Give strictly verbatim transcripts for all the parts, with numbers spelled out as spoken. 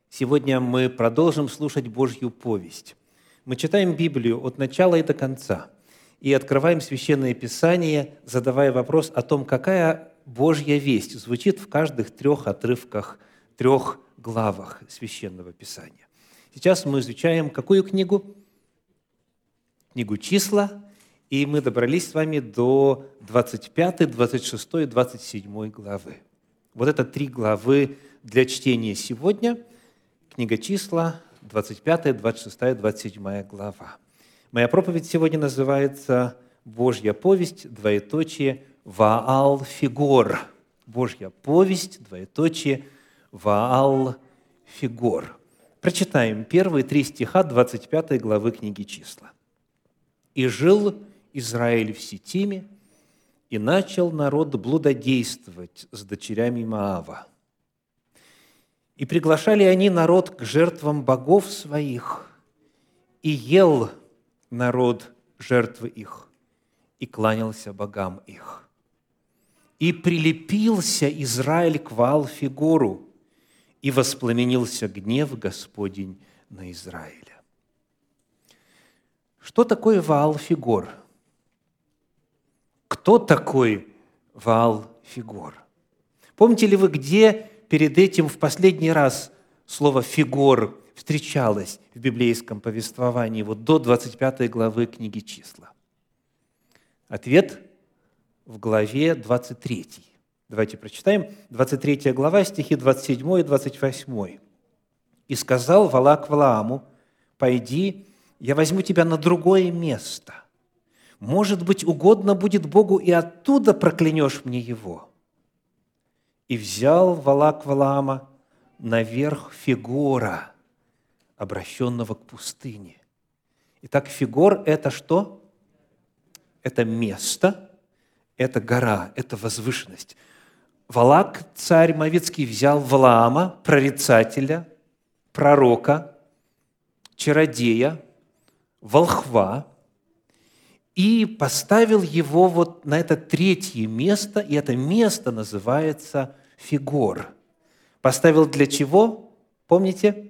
Сегодня мы продолжим слушать Божью повесть. Мы читаем Библию от начала и до конца и открываем Священное Писание, задавая вопрос о том, какая Божья весть звучит в каждых трех отрывках, трех главах Священного Писания. Сейчас мы изучаем какую книгу? Книгу «Числа», и мы добрались с вами до двадцать пятой, двадцать шестой и двадцать седьмой главы. Вот это три главы для чтения сегодня. Книга «Числа», двадцать пятая, двадцать шестая, двадцать седьмая глава. Моя проповедь сегодня называется «Божья повесть, двоеточие, Ваал-Фигор». Божья повесть, двоеточие, Ваал-Фигор. Прочитаем первые три стиха двадцать пятой главы книги «Числа». «И жил Израиль в Ситиме, и начал народ блудодействовать с дочерями Моава. И приглашали они народ к жертвам богов своих, и ел народ жертвы их, и кланялся богам их. И прилепился Израиль к Ваал-Фигору, и воспламенился гнев Господень на Израиля». Что такое Ваал-Фигор? Кто такой Ваал-Фигор? Помните ли вы, где перед этим в последний раз слово «фигор» встречалось в библейском повествовании, вот до двадцать пятой главы книги «Числа»? Ответ в главе двадцать третьей. Давайте прочитаем. двадцать третья глава, стихи двадцать седьмой и двадцать восьмой. «И сказал Валак Валааму: пойди, я возьму тебя на другое место. Может быть, угодно будет Богу, и оттуда проклянешь мне его. И взял Валак Валаама наверх Фигора, обращенного к пустыне». Итак, Фигор – это что? Это место, это гора, это возвышенность. Валак, царь Моавитский, взял Валаама, прорицателя, пророка, чародея, волхва, и поставил его вот на это третье место, и это место называется Фигор. Поставил для чего? Помните?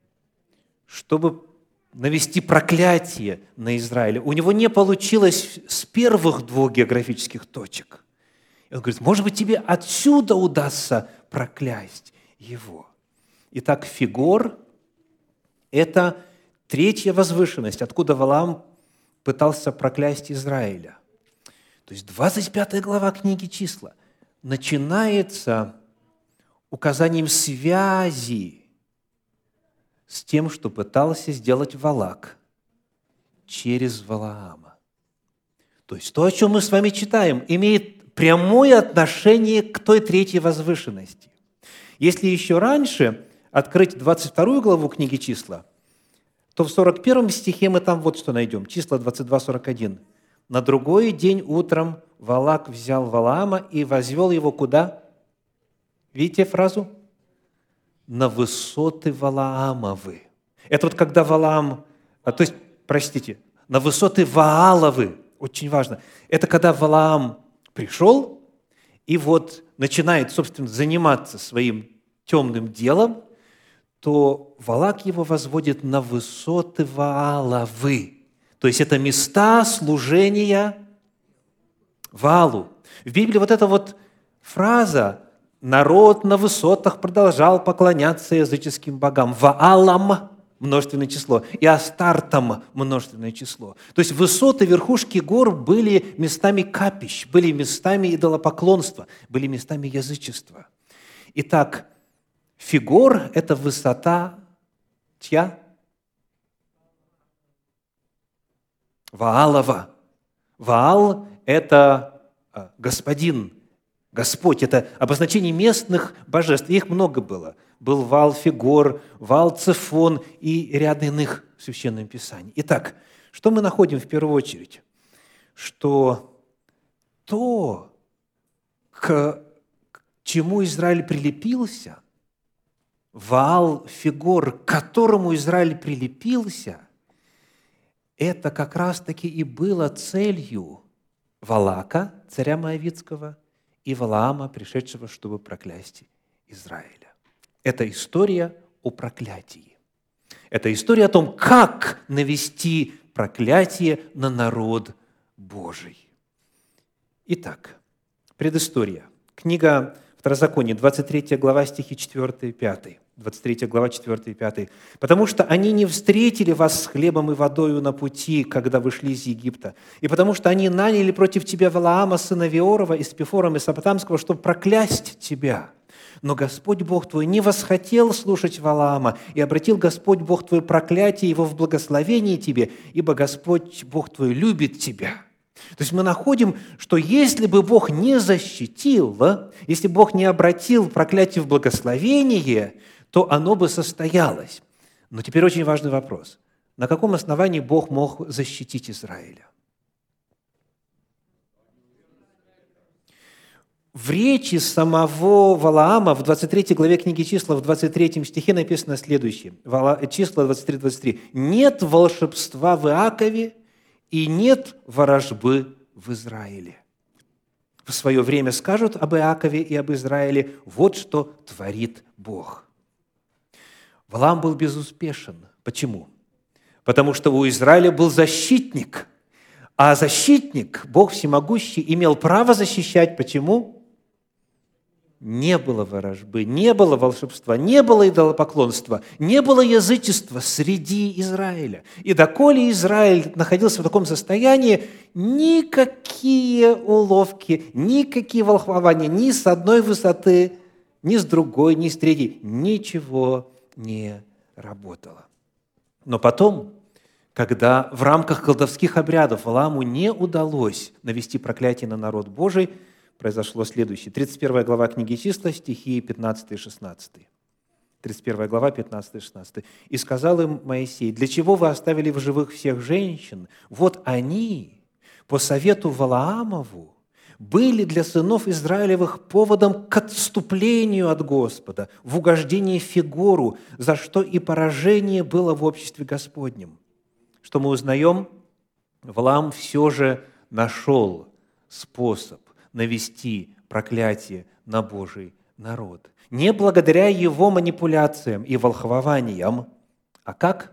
Чтобы навести проклятие на Израиль. У него не получилось с первых двух географических точек. И он говорит: может быть, тебе отсюда удастся проклясть его. Итак, Фигор – это третья возвышенность, откуда Валаам пытался проклясть Израиля. То есть двадцать пятая глава книги «Числа» начинается указанием связи с тем, что пытался сделать Валак через Валаама. То есть то, о чем мы с вами читаем, имеет прямое отношение к той третьей возвышенности. Если еще раньше открыть двадцать вторую главу книги «Числа», то в сорок первом стихе мы там вот что найдем. Числа двадцать два, сорок один. «На другой день утром Валак взял Валаама и возвел его куда?» Видите фразу? «На высоты Валаамовы». Это вот когда Валаам, а, то есть, простите, на высоты Вааловы, очень важно. Это когда Валаам пришел и вот начинает, собственно, заниматься своим темным делом, то Валак его возводит на высоты Вааловы. То есть это места служения Ваалу. В Библии вот эта вот фраза «народ на высотах продолжал поклоняться языческим богам». Ваалам – множественное число, и Астартам – множественное число. То есть высоты, верхушки гор были местами капищ, были местами идолопоклонства, были местами язычества. Итак, Фигор – это высота чья? Ваалова. Ваал – это господин, Господь. Это обозначение местных божеств. Их много было. Был Ваал-Фигор, Ваал-Цефон и ряд иных в Священном Писании. Итак, что мы находим в первую очередь? Что то, к чему Израиль прилепился, Ваал-Фигор, к которому Израиль прилепился, это как раз-таки и было целью Валака, царя Моавитского, и Валаама, пришедшего, чтобы проклясть Израиля. Это история о проклятии. Это история о том, как навести проклятие на народ Божий. Итак, предыстория. Книга Второзаконие, двадцать третья глава, стихи четыре и пять. двадцать третья глава, четыре и пять. «Потому что они не встретили вас с хлебом и водою на пути, когда вышли из Египта, и потому что они наняли против тебя Валаама, сына Веорова, из Пефора Месопотамского, чтобы проклясть тебя. Но Господь Бог твой не восхотел слушать Валаама, и обратил Господь Бог твой проклятие его в благословение тебе, ибо Господь Бог твой любит тебя». То есть мы находим, что если бы Бог не защитил, если бы Бог не обратил проклятие в благословение, то оно бы состоялось. Но теперь очень важный вопрос. На каком основании Бог мог защитить Израиля? В речи самого Валаама в двадцать третьей главе книги Числа, в двадцать третьем стихе написано следующее. Числа двадцать три двадцать три. «Нет волшебства в Иакове, и нет ворожбы в Израиле. В свое время скажут об Иакове и об Израиле, вот что творит Бог». Валаам был безуспешен. Почему? Потому что у Израиля был защитник. А защитник, Бог всемогущий, имел право защищать. Почему? Не было ворожбы, не было волшебства, не было идолопоклонства, не было язычества среди Израиля. И доколе Израиль находился в таком состоянии, никакие уловки, никакие волхвования ни с одной высоты, ни с другой, ни с третьей, ничего не работало. Но потом, когда в рамках колдовских обрядов Валааму не удалось навести проклятие на народ Божий, произошло следующее. тридцать первая глава книги Числа, стихи пятнадцатый и шестнадцатый. тридцать первая глава, пятнадцатый и шестнадцатый. «И сказал им Моисей: для чего вы оставили в живых всех женщин? Вот они, по совету Валаамову, были для сынов Израилевых поводом к отступлению от Господа, в угождении Фигору, за что и поражение было в обществе Господнем». Что мы узнаем? Валаам все же нашел способ навести проклятие на Божий народ. Не благодаря его манипуляциям и волхвованиям, а как?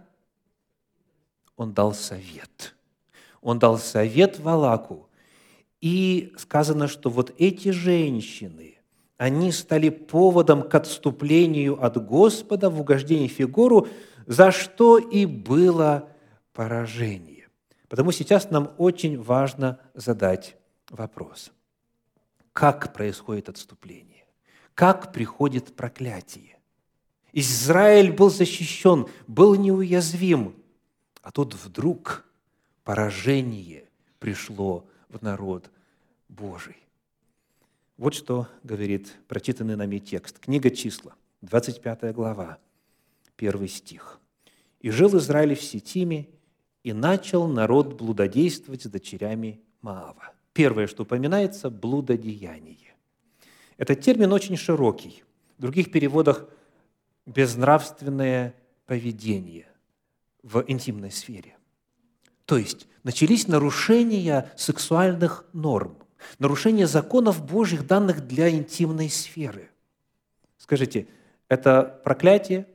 Он дал совет. Он дал совет Валаку. И сказано, что вот эти женщины, они стали поводом к отступлению от Господа в угождении Фигору, за что и было поражение. Потому сейчас нам очень важно задать вопрос. Как происходит отступление? Как приходит проклятие? Израиль был защищен, был неуязвим, а тут вдруг поражение пришло в народ Божий. Вот что говорит прочитанный нами текст. Книга Числа, двадцать пятая глава, первый стих. «И жил Израиль в Ситиме, и начал народ блудодействовать с дочерями Моава». Первое, что упоминается – блудодеяние. Этот термин очень широкий. В других переводах – безнравственное поведение в интимной сфере. То есть начались нарушения сексуальных норм, нарушения законов Божьих, данных для интимной сферы. Скажите, это проклятие?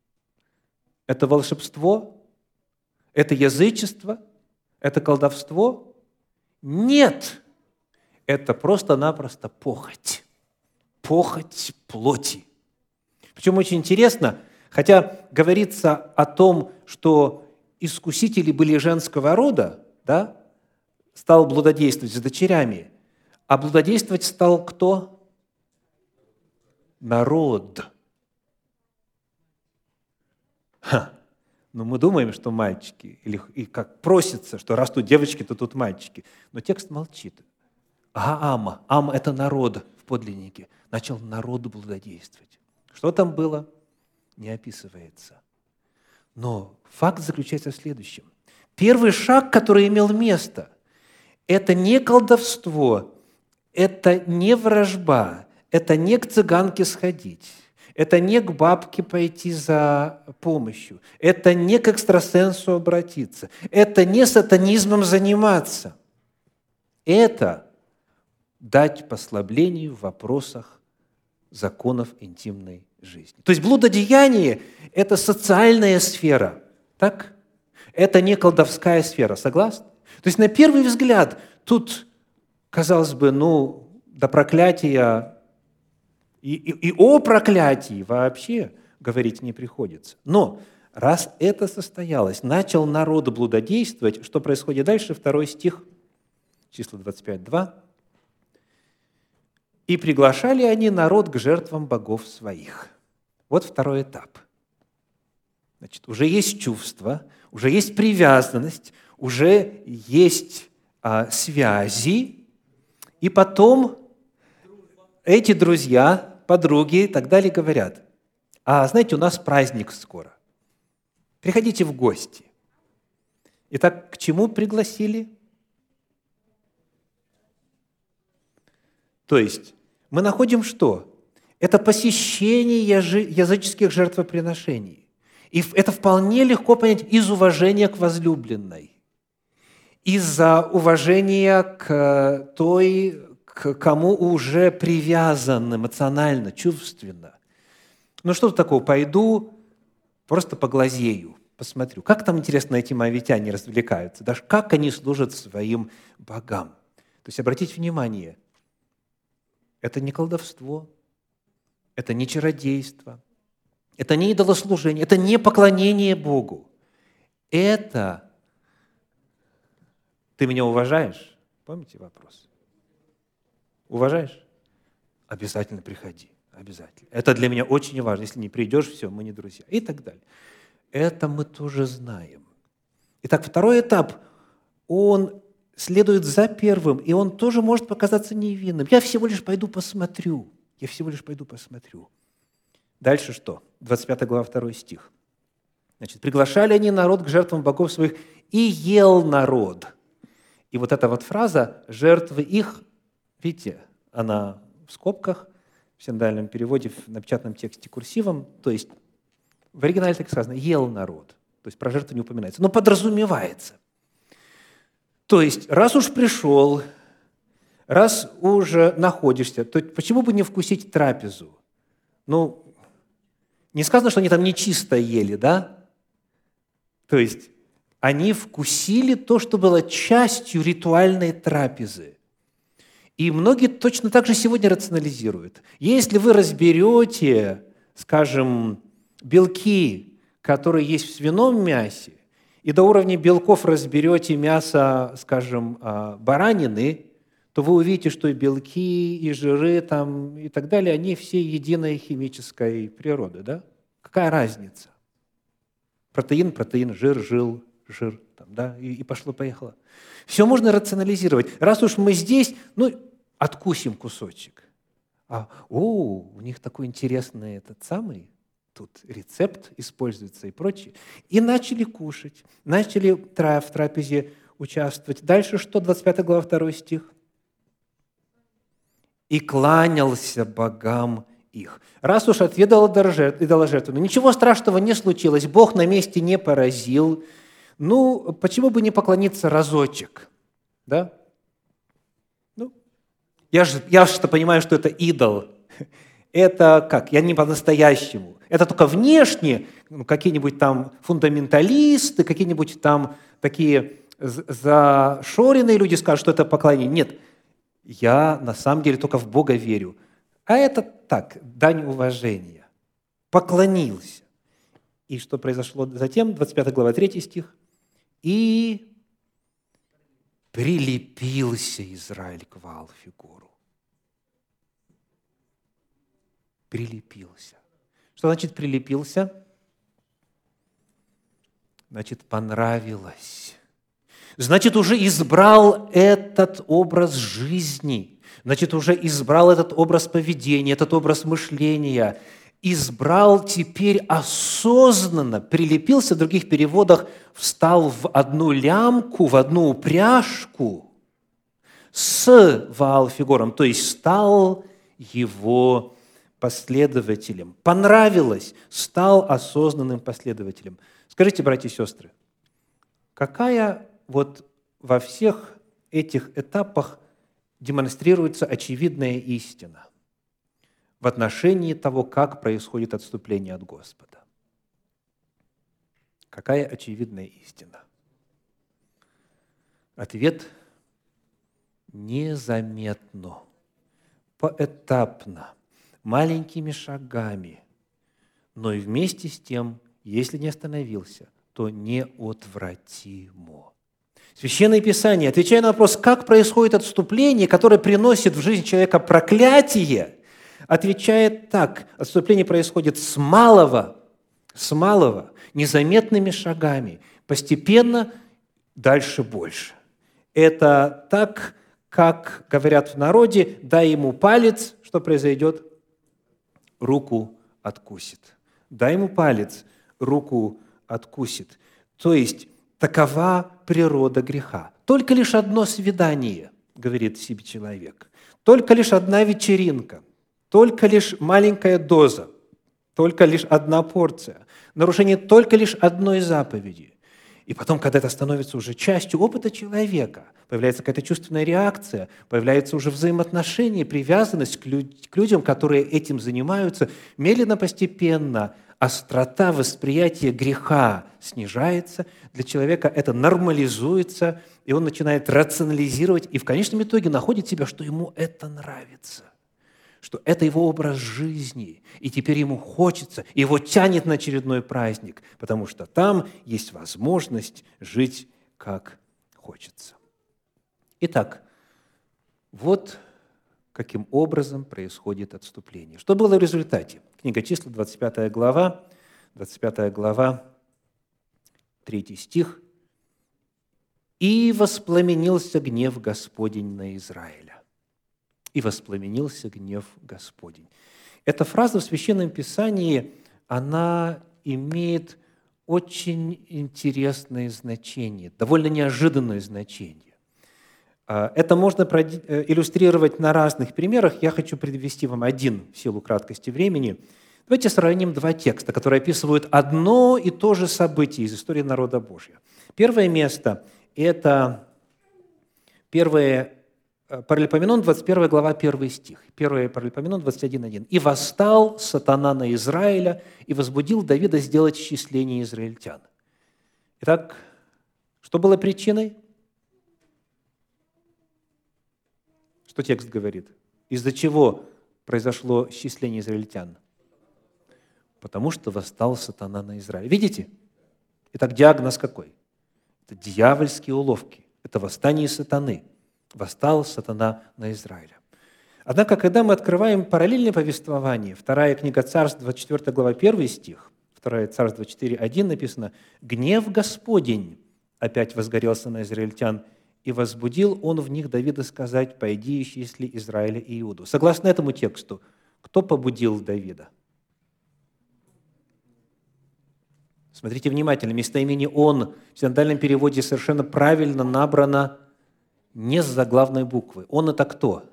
Это волшебство? Это язычество? Это колдовство? Нет, это просто-напросто похоть. Похоть плоти. Причем очень интересно, хотя говорится о том, что искусители были женского рода, да, стал блудодействовать с дочерями, а блудодействовать стал кто? Народ. Ха. Но мы думаем, что мальчики, или и как просится, что растут девочки, то тут мальчики. Но текст молчит. Гаама, Ам – это народ в подлиннике, начал народу блудодействовать. Что там было, не описывается. Но факт заключается в следующем. Первый шаг, который имел место, это не колдовство, это не вражба, это не к цыганке сходить. Это не к бабке пойти за помощью. Это не к экстрасенсу обратиться. Это не сатанизмом заниматься. Это дать послаблению в вопросах законов интимной жизни. То есть блудодеяние – это социальная сфера, так? Это не колдовская сфера, согласны? То есть на первый взгляд тут, казалось бы, ну, до проклятия и, и, и о проклятии вообще говорить не приходится. Но раз это состоялось, начал народ блудодействовать, что происходит дальше? Второй стих, числа двадцать пять, два. «И приглашали они народ к жертвам богов своих». Вот второй этап. Значит, уже есть чувство, уже есть привязанность, уже есть а, связи, и потом эти друзья, подруги и так далее говорят: а знаете, у нас праздник скоро, приходите в гости. Итак, к чему пригласили? То есть мы находим что? Это посещение языческих жертвоприношений. И это вполне легко понять из уважения к возлюбленной, из-за уважения к той, к кому уже привязан эмоционально, чувственно. Ну что тут такого? Пойду, просто поглазею, посмотрю. Как там, интересно, эти моавитяне развлекаются? Даже как они служат своим богам? То есть обратите внимание, это не колдовство, это не чародейство, это не идолослужение, это не поклонение Богу. Это «ты меня уважаешь?» Помните вопрос? Уважаешь? Обязательно приходи, обязательно. Это для меня очень важно. Если не придешь, все, мы не друзья. И так далее. Это мы тоже знаем. Итак, второй этап, он следует за первым, и он тоже может показаться невинным. Я всего лишь пойду посмотрю. Я всего лишь пойду посмотрю. Дальше что? двадцать пятая глава, второй стих. Значит, «Приглашали они народ к жертвам богов своих, и ел народ». И вот эта вот фраза «жертвы их», видите, она в скобках, в синодальном переводе, в напечатанном тексте курсивом, то есть в оригинале так сказано «ел народ», то есть про жертву не упоминается, но подразумевается. То есть, раз уж пришел, раз уже находишься, то почему бы не вкусить трапезу? Ну, не сказано, что они там нечисто ели, да? То есть, они вкусили то, что было частью ритуальной трапезы. И многие точно так же сегодня рационализируют. Если вы разберете, скажем, белки, которые есть в свином мясе, и до уровня белков разберете мясо, скажем, баранины, то вы увидите, что и белки, и жиры там, и так далее, они все единой химической природы. Да? Какая разница? Протеин, протеин, жир, жил, жир. Там, да? и, и пошло-поехало. Все можно рационализировать. Раз уж мы здесь, ну, откусим кусочек. А, о, у них такой интересный этот самый, тут рецепт используется и прочее. И начали кушать, начали в трапезе участвовать. Дальше что? двадцать пятая глава, второй стих. «И кланялся богам их». Раз уж отведал идоложертву, но ничего страшного не случилось, Бог на месте не поразил, ну, почему бы не поклониться разочек? Да? Ну, я же я же понимаю, что это идол. Это как? Я не по-настоящему. Это только внешне ну, какие-нибудь там фундаменталисты, какие-нибудь там такие зашоренные люди скажут, что это поклонение. Нет, я на самом деле только в Бога верю. А это так, дань уважения. Поклонился. И что произошло затем? двадцать пятая глава, третий стих. «И прилепился Израиль к Ваал-Фигору». Прилепился. Что значит прилепился? Значит, понравилось. Значит, уже избрал этот образ жизни. Значит, уже избрал этот образ поведения, этот образ мышления. Избрал теперь осознанно, прилепился, в других переводах, встал в одну лямку, в одну упряжку с Ваал-Фигором, то есть стал его последователем. Понравилось, стал осознанным последователем. Скажите, братья и сестры, какая вот во всех этих этапах демонстрируется очевидная истина? в отношении того, как происходит отступление от Господа. Какая очевидная истина? Ответ – незаметно, поэтапно, маленькими шагами, но и вместе с тем, если не остановился, то неотвратимо. Священное Писание, отвечая на вопрос, как происходит отступление, которое приносит в жизнь человека проклятие, отвечает так: отступление происходит с малого, с малого, незаметными шагами, постепенно дальше больше. Это так, как говорят в народе: дай ему палец, что произойдет? Руку откусит. Дай ему палец, руку откусит. То есть такова природа греха. Только лишь одно свидание, говорит себе человек, только лишь одна вечеринка, только лишь маленькая доза, только лишь одна порция, нарушение только лишь одной заповеди. И потом, когда это становится уже частью опыта человека, появляется какая-то чувственная реакция, появляется уже взаимоотношение, привязанность к людям, которые этим занимаются, медленно, постепенно острота восприятия греха снижается, для человека это нормализуется, и он начинает рационализировать, и в конечном итоге находит себя, что ему это нравится, что это его образ жизни, и теперь ему хочется, его тянет на очередной праздник, потому что там есть возможность жить как хочется. Итак, вот каким образом происходит отступление. Что было в результате? Книга Числа, двадцать пятая глава, двадцать пятая глава, третий стих. «И воспламенился гнев Господень на Израиля». «И воспламенился гнев Господень». Эта фраза в Священном Писании, она имеет очень интересное значение, довольно неожиданное значение. Это можно иллюстрировать на разных примерах. Я хочу привести вам один в силу краткости времени. Давайте сравним два текста, которые описывают одно и то же событие из истории народа Божьего. Первое место – это первое Паралипоменон, двадцать первая глава, первый стих. первое Паралипоменон, двадцать один один. «И восстал сатана на Израиля, и возбудил Давида сделать счисление израильтян». Итак, что было причиной? Что текст говорит? Из-за чего произошло счисление израильтян? Потому что восстал сатана на Израиль. Видите? Итак, диагноз какой? Это дьявольские уловки. Это восстание сатаны. Восстал сатана на Израиля. Однако, когда мы открываем параллельное повествование, вторая книга Царств, двадцать четвёртая глава, первый стих, вторая Царств, двадцать четыре один написано: «Гнев Господень опять возгорелся на израильтян, и возбудил он в них Давида сказать: пойди, исчисли Израиля и Иуду». Согласно этому тексту, кто побудил Давида? Смотрите внимательно, местоимение «он» в синодальном переводе совершенно правильно набрано не с заглавной буквы. «Он» – это кто?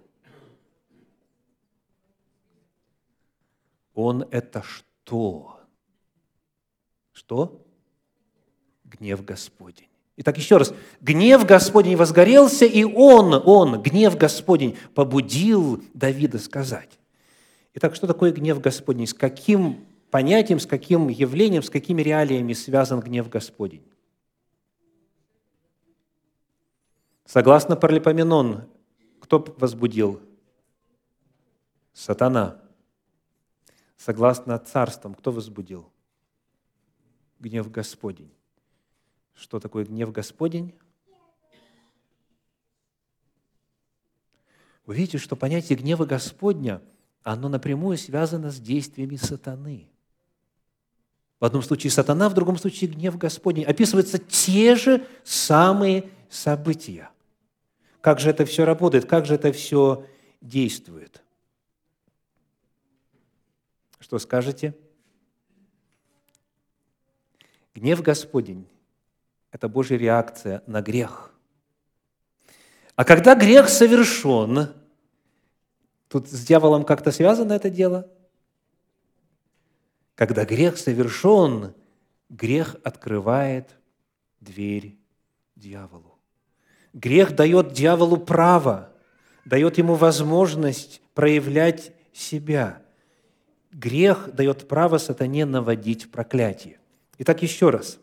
«Он» – это что? Что? Гнев Господень. Итак, еще раз. Гнев Господень возгорелся, и Он, Он, гнев Господень, побудил Давида сказать. Итак, что такое гнев Господень? С каким понятием, с каким явлением, с какими реалиями связан гнев Господень? Согласно Паралипоменон, кто возбудил? Сатана. Согласно царствам, кто возбудил? Гнев Господень. Что такое гнев Господень? Вы видите, что понятие гнева Господня, оно напрямую связано с действиями сатаны. В одном случае сатана, в другом случае гнев Господень. Описываются те же самые события. Как же это все работает, как же это все действует? Что скажете? Гнев Господень – это Божья реакция на грех. А когда грех совершен, тут с дьяволом как-то связано это дело? Когда грех совершен, грех открывает дверь дьяволу. Грех дает дьяволу право, дает ему возможность проявлять себя. грех дает право сатане наводить проклятие. Итак, еще раз.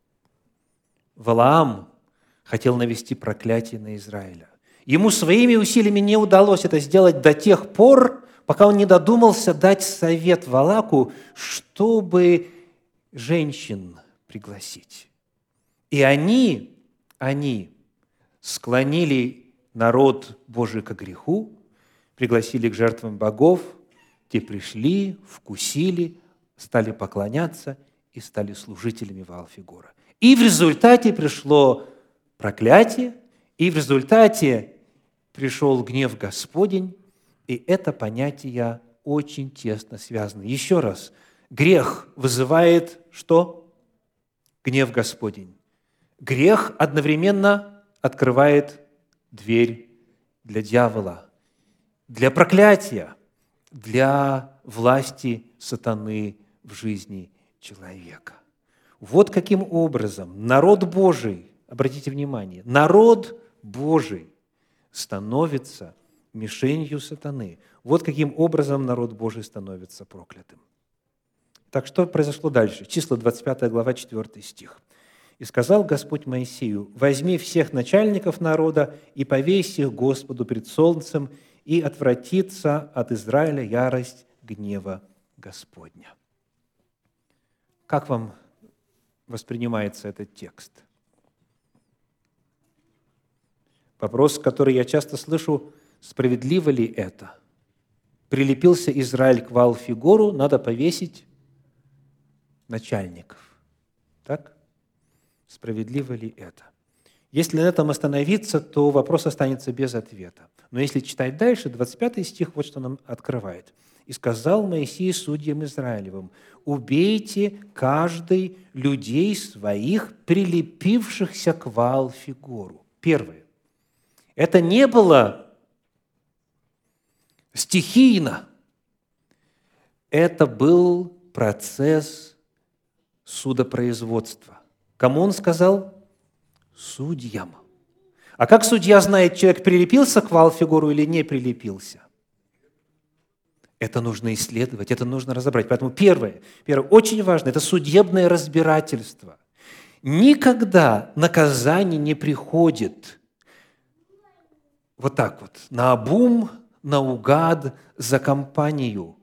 Валаам хотел навести проклятие на Израиля. Ему своими усилиями не удалось это сделать до тех пор, пока он не додумался дать совет Валаку, чтобы женщин пригласить. И они, они склонили народ Божий ко греху, пригласили к жертвам богов, те пришли, вкусили, стали поклоняться и стали служителями Ваал-Фигора. И в результате пришло проклятие, и в результате пришел гнев Господень, и это понятие очень тесно связано. Еще раз, грех вызывает что? Гнев Господень. Грех одновременно открывает дверь для дьявола, для проклятия, для власти сатаны в жизни человека. Вот каким образом народ Божий, обратите внимание, народ Божий становится мишенью сатаны. Вот каким образом народ Божий становится проклятым. Так что произошло дальше? Числа двадцать пятая глава, четвёртый стих. «И сказал Господь Моисею: возьми всех начальников народа и повесь их Господу пред солнцем, и отвратится от Израиля ярость гнева Господня». Как вам воспринимается этот текст? Вопрос, который я часто слышу: справедливо ли это? Прилепился Израиль к Ваал-Фигору, надо повесить начальников. Так? Справедливо ли это? Если на этом остановиться, то вопрос останется без ответа. Но если читать дальше, двадцать пятый стих вот что нам открывает. «И сказал Моисей судьям Израилевым: убейте каждый людей своих, прилепившихся к Ваал-Фигору». Первое. Это не было стихийно. Это был процесс судопроизводства. Кому он сказал? Судьям. А как судья знает, человек прилепился к Ваал-Фигору или не прилепился? Это нужно исследовать, это нужно разобрать. Поэтому первое, первое, очень важно, это судебное разбирательство. Никогда наказание не приходит вот так вот, наобум, наугад, за компанию.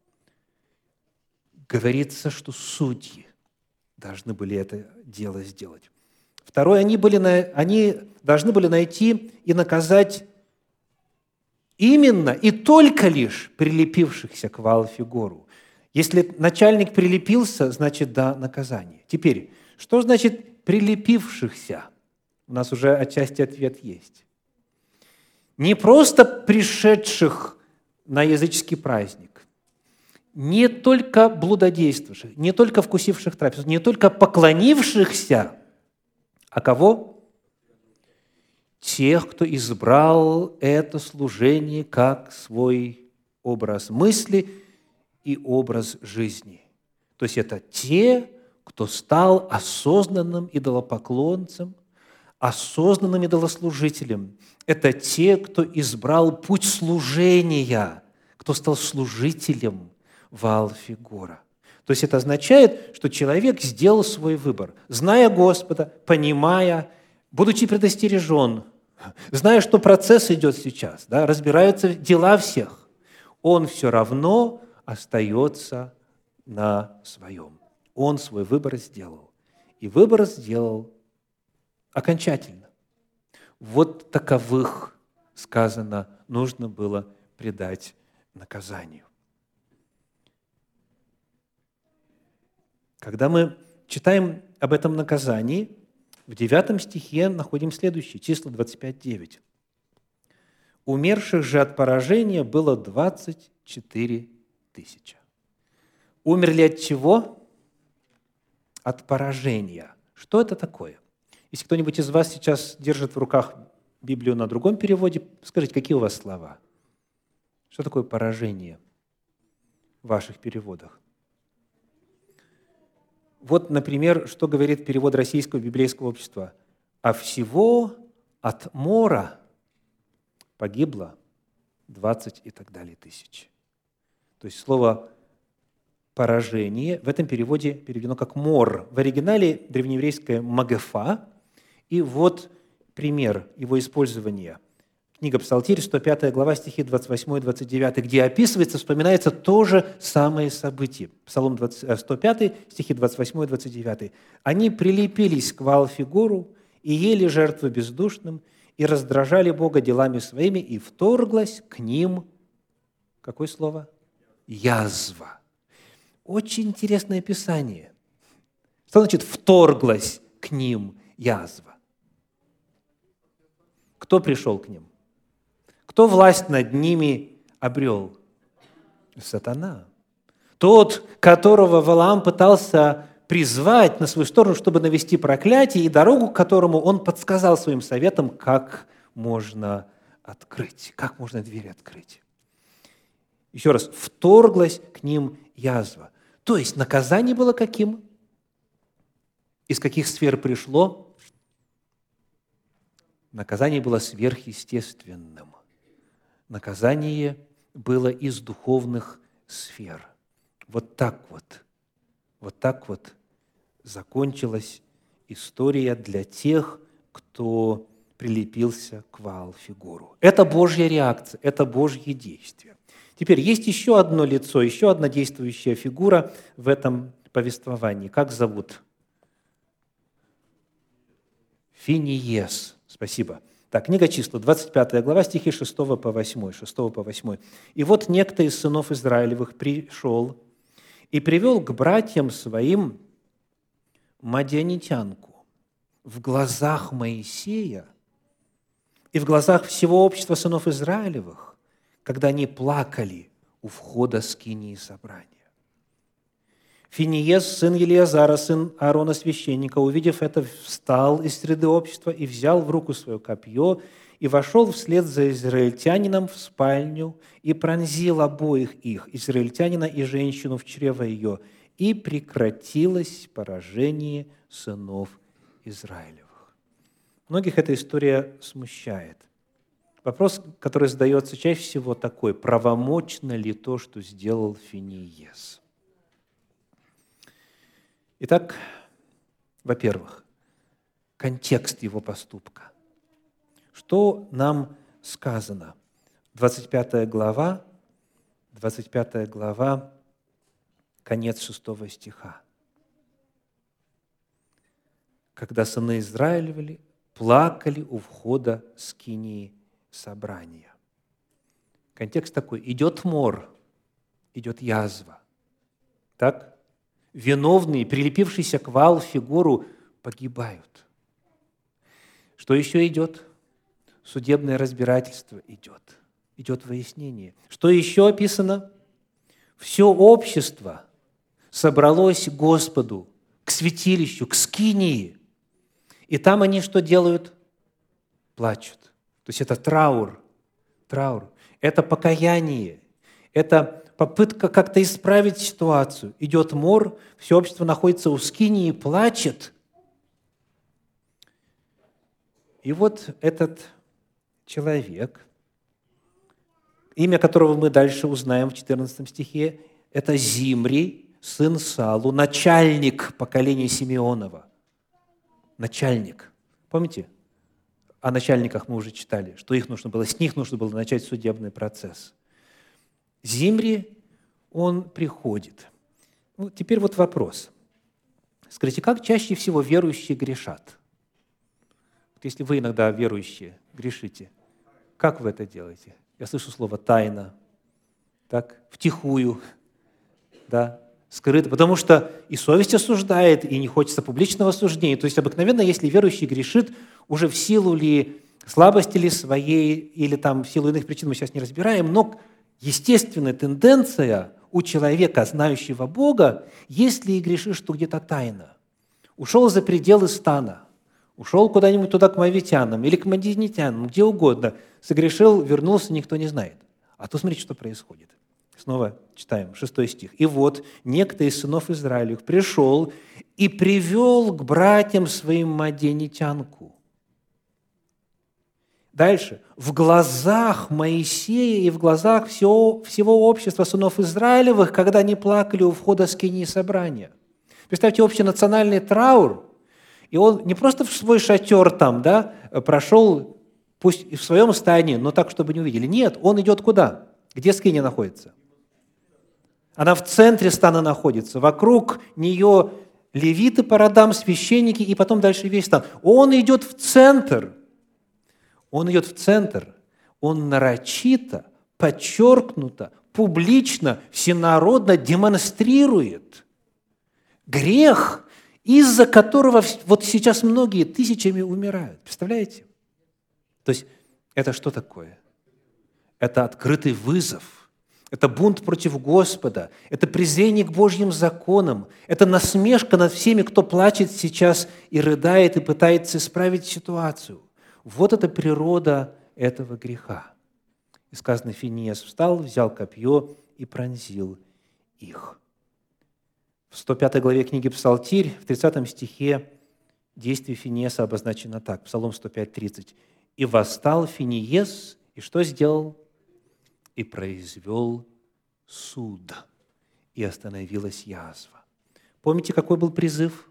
Говорится, что судьи должны были это дело сделать. Второе, они, были, они должны были найти и наказать именно и только лишь прилепившихся к Ваал-Фигору. Если начальник прилепился, значит, да, наказание. Теперь, что значит прилепившихся? У нас уже отчасти ответ есть. Не просто пришедших на языческий праздник, не только блудодействовавших, не только вкусивших трапезу, не только поклонившихся, а кого? Тех, кто избрал это служение как свой образ мысли и образ жизни. То есть это те, кто стал осознанным идолопоклонцем, осознанным идолослужителем. Это те, кто избрал путь служения, кто стал служителем Ваал-Фигора. То есть это означает, что человек сделал свой выбор, зная Господа, понимая, будучи предостережен, зная, что процесс идет сейчас, да, разбираются дела всех, он все равно остается на своем. Он свой выбор сделал. И выбор сделал окончательно. Вот таковых, сказано, нужно было предать наказанию. Когда мы читаем об этом наказании, в девятом стихе находим следующее, числа двадцать пять девять. «Умерших же от поражения было двадцать четыре тысячи». Умерли от чего? От поражения. Что это такое? Если кто-нибудь из вас сейчас держит в руках Библию на другом переводе, скажите, какие у вас слова? Что такое поражение в ваших переводах? Вот, например, что говорит перевод Российского библейского общества. «А всего от мора погибло двадцать и так далее тысяч». То есть слово поражение. В этом переводе переведено как мор. В оригинале древнееврейское магефа. И вот пример его использования. Книга Псалтирь, сто пятая глава, стихи двадцать восемь двадцать девять, где описывается, вспоминается то же самое событие. Псалом сто пять, стихи двадцать восемь двадцать девять. «Они прилепились к Ваал-Фигору и ели жертвы бездушным, и раздражали Бога делами своими, и вторглась к ним...» Какое слово? Язва. Очень интересное писание. Что значит «вторглась к ним язва»? Кто пришел к ним? Кто власть над ними обрел? Сатана. Тот, которого Валаам пытался призвать на свою сторону, чтобы навести проклятие, и дорогу к которому он подсказал своим советом, как можно открыть, как можно дверь открыть. Еще раз, вторглась к ним язва. То есть наказание было каким? Из каких сфер пришло? Наказание было сверхъестественным. Наказание было из духовных сфер. Вот так вот, вот так вот закончилась история для тех, кто прилепился к Ваал-Фигору. Это Божья реакция, это Божье действие. Теперь есть еще одно лицо, еще одна действующая фигура в этом повествовании. Как зовут? Финиес. Спасибо. Так, книга Числа, двадцать пятая глава, стихи шестого по восьмой. шестого по восьмой. «И вот некто из сынов Израилевых пришел и привел к братьям своим мадианитянку в глазах Моисея и в глазах всего общества сынов Израилевых, когда они плакали у входа скинии собрания. Финиес, сын Елиазара, сын Аарона священника, увидев это, встал из среды общества и взял в руку свое копье и вошел вслед за израильтянином в спальню и пронзил обоих их, израильтянина и женщину, в чрево ее, и прекратилось поражение сынов Израилевых». Многих эта история смущает. Вопрос, который задается чаще всего, такой: правомочно ли то, что сделал Финиес? Итак, во-первых, контекст его поступка. Что нам сказано? двадцать пятая глава, двадцать пятая глава, конец шестого стиха. «Когда сыны Израилевы плакали у входа скинии собрания». Контекст такой: идет мор, идет язва. Так? Виновные, прилепившиеся к Ваал-Фигору, погибают. Что еще идет? Судебное разбирательство идет. Идет выяснение. Что еще описано? Все общество собралось к Господу, к святилищу, к скинии. И там они что делают? Плачут. То есть это траур. Траур. Это покаяние. Это попытка как-то исправить ситуацию. Идет мор, все общество находится у скинии и плачет. И вот этот человек, имя которого мы дальше узнаем в четырнадцатом стихе, это Зимри, сын Салу, начальник поколения Симеонова. Начальник. Помните? О начальниках мы уже читали, что их нужно было, с них нужно было начать судебный процесс. Зимри, он приходит. Ну, теперь вот вопрос. Скажите, как чаще всего верующие грешат? Вот если вы иногда верующие грешите, как вы это делаете? Я слышу слово «тайна», так, втихую, да, скрыто, потому что и совесть осуждает, и не хочется публичного осуждения. То есть обыкновенно, если верующий грешит, уже в силу ли слабости ли своей, или там в силу иных причин, мы сейчас не разбираем, но естественная тенденция у человека, знающего Бога, если и грешишь, то где-то тайно. Ушел за пределы стана, ушел куда-нибудь туда к моавитянам или к мадианитянам, где угодно, согрешил, вернулся, никто не знает. А то смотрите, что происходит. Снова читаем, шестой стих. «И вот некто из сынов Израилевых пришел и привел к братьям своим мадианитянку». Дальше. «В глазах Моисея и в глазах всего, всего общества сынов Израилевых, когда они плакали у входа скинии собрания». Представьте, общенациональный траур, и он не просто в свой шатер там, да, прошел, пусть и в своем стане, но так, чтобы не увидели. Нет, он идет куда? Где скиния находится? Она в центре стана находится, вокруг нее левиты по родам, священники, и потом дальше весь стан. Он идет в центр. Он идет в центр. Он нарочито, подчеркнуто, публично, всенародно демонстрирует грех, из-за которого вот сейчас многие тысячами умирают. Представляете? То есть это что такое? Это открытый вызов. Это бунт против Господа. Это презрение к Божьим законам. Это насмешка над всеми, кто плачет сейчас и рыдает, и пытается исправить ситуацию. Вот это природа этого греха. И сказано, Финиес встал, взял копье и пронзил их. В сто пятой главе книги Псалтирь, в тридцатом стихе, действие Финиеса обозначено так. Псалом сто пять, тридцать. «И восстал Финиес, и что сделал? И произвел суд, и остановилась язва». Помните, какой был призыв?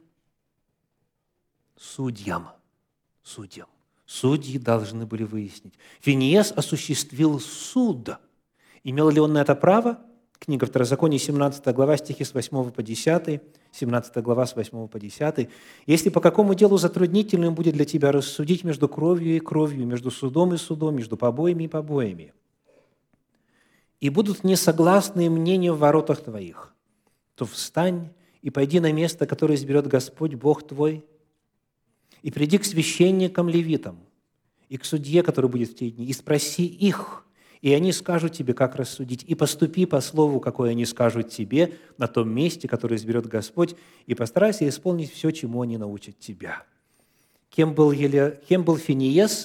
Судьям. Судьям. Судьи должны были выяснить. Финиес осуществил суд. Имел ли он на это право? Книга Второзакония, семнадцатая глава, стихи с восьмого по десятый, семнадцатая глава с восьмого по десятый. «Если по какому делу затруднительным будет для тебя рассудить между кровью и кровью, между судом и судом, между побоями и побоями, и будут несогласные мнения в воротах твоих, то встань и пойди на место, которое изберет Господь Бог твой, и приди к священникам левитам и к судье, который будет в те дни, и спроси их, и они скажут тебе, как рассудить, и поступи по слову, какое они скажут тебе на том месте, которое изберет Господь, и постарайся исполнить все, чему они научат тебя». Кем был, Еле... Кем был Финиес?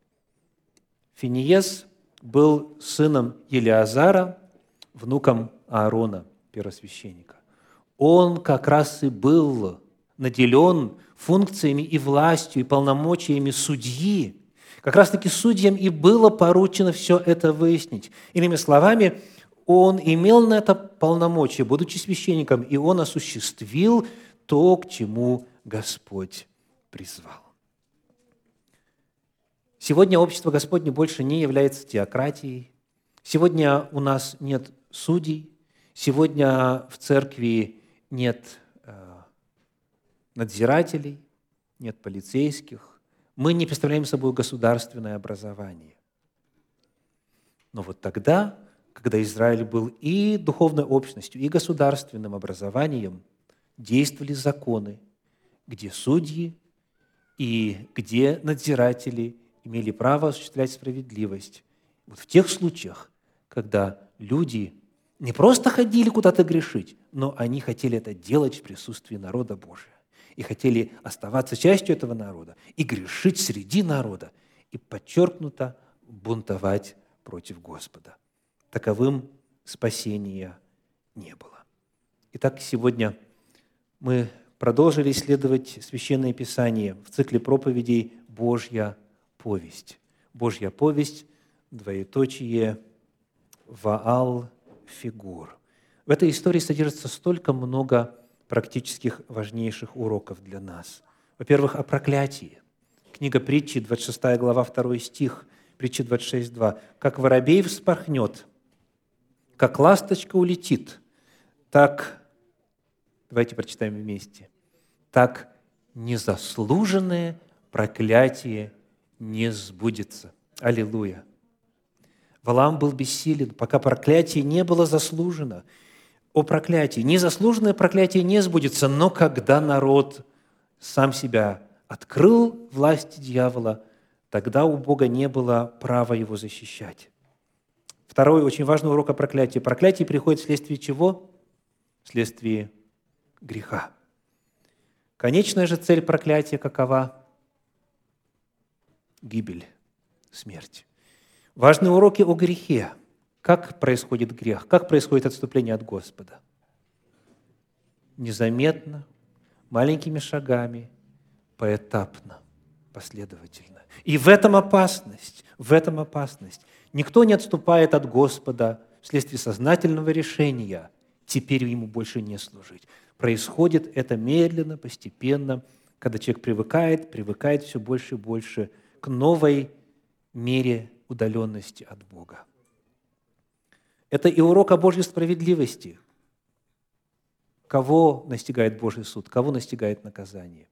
Финиес был сыном Елеазара, внуком Аарона, первосвященника. Он как раз и был наделен функциями и властью, и полномочиями судьи. Как раз-таки судьям и было поручено все это выяснить. Иными словами, он имел на это полномочия, будучи священником, и он осуществил то, к чему Господь призвал. Сегодня общество Господне больше не является теократией. Сегодня у нас нет судей. Сегодня в церкви нет надзирателей, нет полицейских. Мы не представляем собой государственное образование. Но вот тогда, когда Израиль был и духовной общностью, и государственным образованием, действовали законы, где судьи и где надзиратели имели право осуществлять справедливость. Вот в тех случаях, когда люди не просто ходили куда-то грешить, но они хотели это делать в присутствии народа Божия. И хотели оставаться частью этого народа, и грешить среди народа, и подчеркнуто бунтовать против Господа. Таковым спасения не было. Итак, сегодня мы продолжили исследовать Священное Писание в цикле проповедей «Божья повесть». Божья повесть, двоеточие, Ваал Фигур. В этой истории содержится столько много практических важнейших уроков для нас. Во-первых, о проклятии. Книга Притчи, двадцать шестая глава, второй стих, Притчи двадцать шесть, два. «Как воробей вспорхнет, как ласточка улетит, так...» Давайте прочитаем вместе. «Так незаслуженное проклятие не сбудется». Аллилуйя! Валаам был бессилен, пока проклятие не было заслужено. О проклятии. Незаслуженное проклятие не сбудется, но когда народ сам себя открыл власти дьявола, тогда у Бога не было права его защищать. Второй очень важный урок о проклятии. Проклятие приходит вследствие чего? Вследствие греха. Конечная же цель проклятия какова? Гибель, смерть. Важные уроки о грехе. Как происходит грех? Как происходит отступление от Господа? Незаметно, маленькими шагами, поэтапно, последовательно. И в этом опасность, в этом опасность. Никто не отступает от Господа вследствие сознательного решения теперь ему больше не служить. Происходит это медленно, постепенно, когда человек привыкает, привыкает все больше и больше к новой мере удаленности от Бога. Это и урок о Божьей справедливости. Кого настигает Божий суд, кого настигает наказание?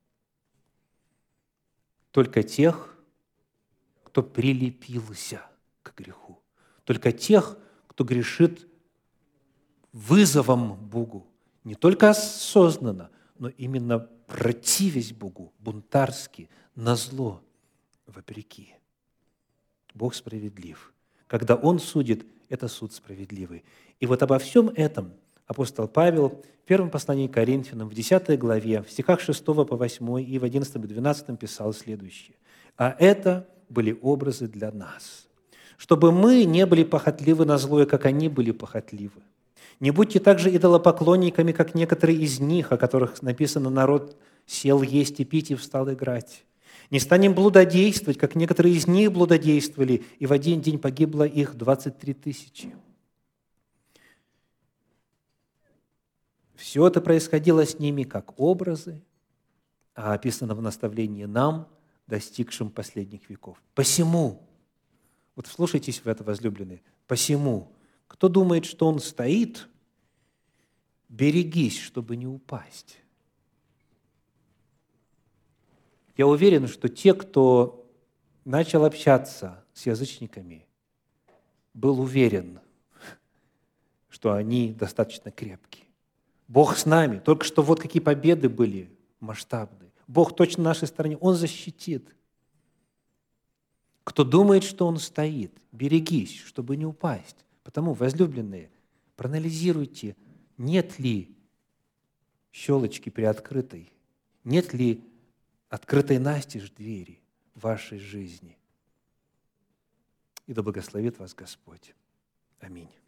Только тех, кто прилепился к греху. Только тех, кто грешит вызовом Богу. Не только осознанно, но именно противясь Богу, бунтарски, назло, вопреки. Бог справедлив. Когда Он судит, это суд справедливый. И вот обо всем этом апостол Павел в первом послании к Коринфянам, в десятой главе, в стихах шестого по восьмой и в одиннадцатом и двенадцатом писал следующее. «А это были образы для нас, чтобы мы не были похотливы на злое, как они были похотливы. Не будьте также идолопоклонниками, как некоторые из них, о которых написано: народ сел есть и пить и встал играть. Не станем блудодействовать, как некоторые из них блудодействовали, и в один день погибло их двадцать три тысячи». Все это происходило с ними как образы, а описано в наставлении нам, достигшим последних веков. Посему, вот вслушайтесь в это, возлюбленные, посему, кто думает, что он стоит, берегись, чтобы не упасть. Я уверен, что те, кто начал общаться с язычниками, был уверен, что они достаточно крепкие. Бог с нами. Только что вот какие победы были масштабные. Бог точно на нашей стороне. Он защитит. Кто думает, что он стоит, берегись, чтобы не упасть. Потому, возлюбленные, проанализируйте, нет ли щелочки приоткрытой, нет ли открытой настежь двери в вашей жизни. И да благословит вас Господь. Аминь.